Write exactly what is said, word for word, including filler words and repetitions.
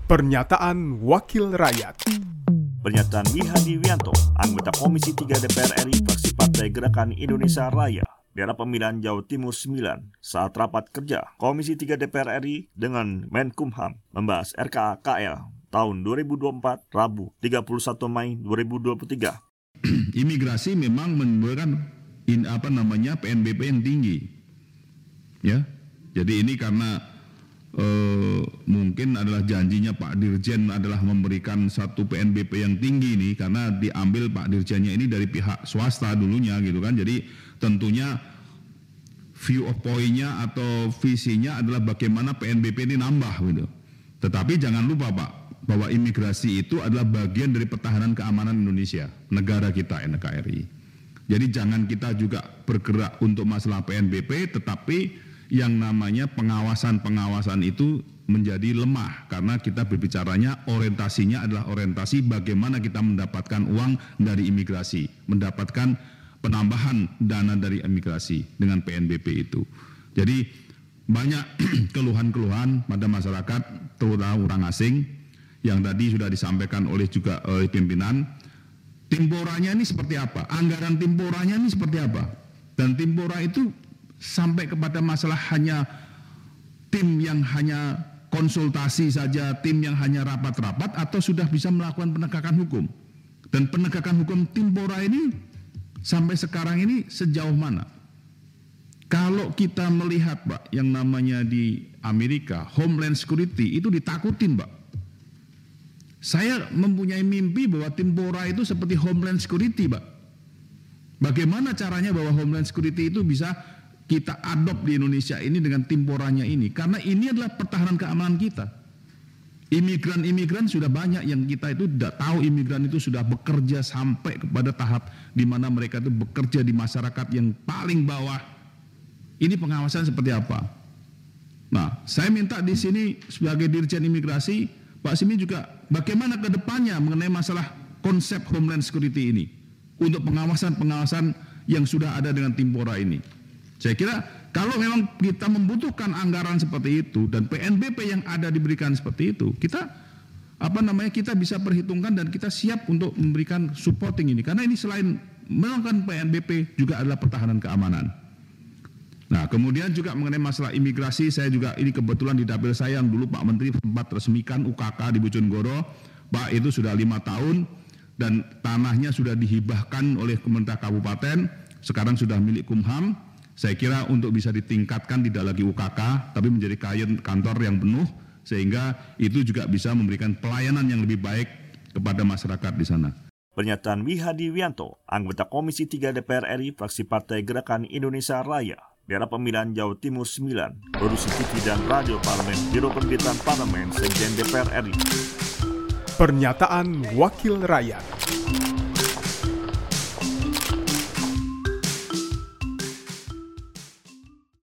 Pernyataan Wakil Rakyat. Pernyataan W. Hadi Wianto, anggota Komisi tiga D P R R I, fraksi Partai Gerakan Indonesia Raya, daerah pemilihan Jawa Timur sembilan, saat rapat kerja Komisi tiga D P R R I dengan Menkumham membahas R K A K L tahun dua ribu dua puluh empat, Rabu tiga puluh satu Mei dua ribu dua puluh tiga. Imigrasi memang menimbulkan in, apa namanya P N B P yang tinggi, ya. Jadi ini karena Uh, mungkin adalah janjinya Pak Dirjen adalah memberikan satu P N B P yang tinggi nih, karena diambil Pak Dirjennya ini dari pihak swasta dulunya gitu kan. Jadi tentunya view of point-nya atau visinya adalah bagaimana P N B P ini nambah gitu. Tetapi jangan lupa Pak, bahwa imigrasi itu adalah bagian dari pertahanan keamanan Indonesia, negara kita N K R I. Jadi jangan kita juga bergerak untuk masalah P N B P, tetapi yang namanya pengawasan-pengawasan itu menjadi lemah karena kita berbicaranya orientasinya adalah orientasi bagaimana kita mendapatkan uang dari imigrasi, mendapatkan penambahan dana dari imigrasi dengan P N B P itu. Jadi banyak keluhan-keluhan pada masyarakat, terutama orang asing, yang tadi sudah disampaikan oleh juga oleh pimpinan. Timporanya ini seperti apa? Anggaran timporanya ini seperti apa? Dan timpora itu sampai kepada masalah hanya tim yang hanya konsultasi saja, tim yang hanya rapat-rapat, atau sudah bisa melakukan penegakan hukum. Dan penegakan hukum Timpora ini sampai sekarang ini sejauh mana? Kalau kita melihat Pak, yang namanya di Amerika, Homeland Security itu ditakutin Pak. Saya mempunyai mimpi bahwa Timpora itu seperti Homeland Security Pak. Bagaimana caranya bahwa Homeland Security itu bisa kita adopt di Indonesia ini dengan timporanya ini, karena ini adalah pertahanan keamanan kita. Imigran-imigran sudah banyak yang kita itu tidak tahu, imigran itu sudah bekerja sampai kepada tahap di mana mereka itu bekerja di masyarakat yang paling bawah. Ini pengawasan seperti apa? Nah, saya minta di sini sebagai Dirjen Imigrasi, Pak Simi juga bagaimana ke depannya mengenai masalah konsep Homeland Security ini untuk pengawasan-pengawasan yang sudah ada dengan Timpora ini. Saya kira kalau memang kita membutuhkan anggaran seperti itu dan P N B P yang ada diberikan seperti itu, kita apa namanya kita bisa perhitungkan dan kita siap untuk memberikan supporting ini, karena ini selain melakukan P N B P juga adalah pertahanan keamanan. Nah, kemudian juga mengenai masalah imigrasi, saya juga ini kebetulan di dapil saya yang dulu Pak Menteri sempat resmikan U K K di Bojonegoro, Pak, itu sudah lima tahun dan tanahnya sudah dihibahkan oleh pemerintah kabupaten, sekarang sudah milik Kumham. Saya kira untuk bisa ditingkatkan tidak lagi U K K, tapi menjadi kantor yang penuh, sehingga itu juga bisa memberikan pelayanan yang lebih baik kepada masyarakat di sana. Pernyataan W. Hadi Wianto, anggota Komisi tiga D P R R I, fraksi Partai Gerakan Indonesia Raya, daerah pemilihan Jawa Timur sembilan, produksi T V dan radio Parlemen, Biro Pemerintahan Parlemen, Sekjen D P R R I. Pernyataan Wakil Rakyat.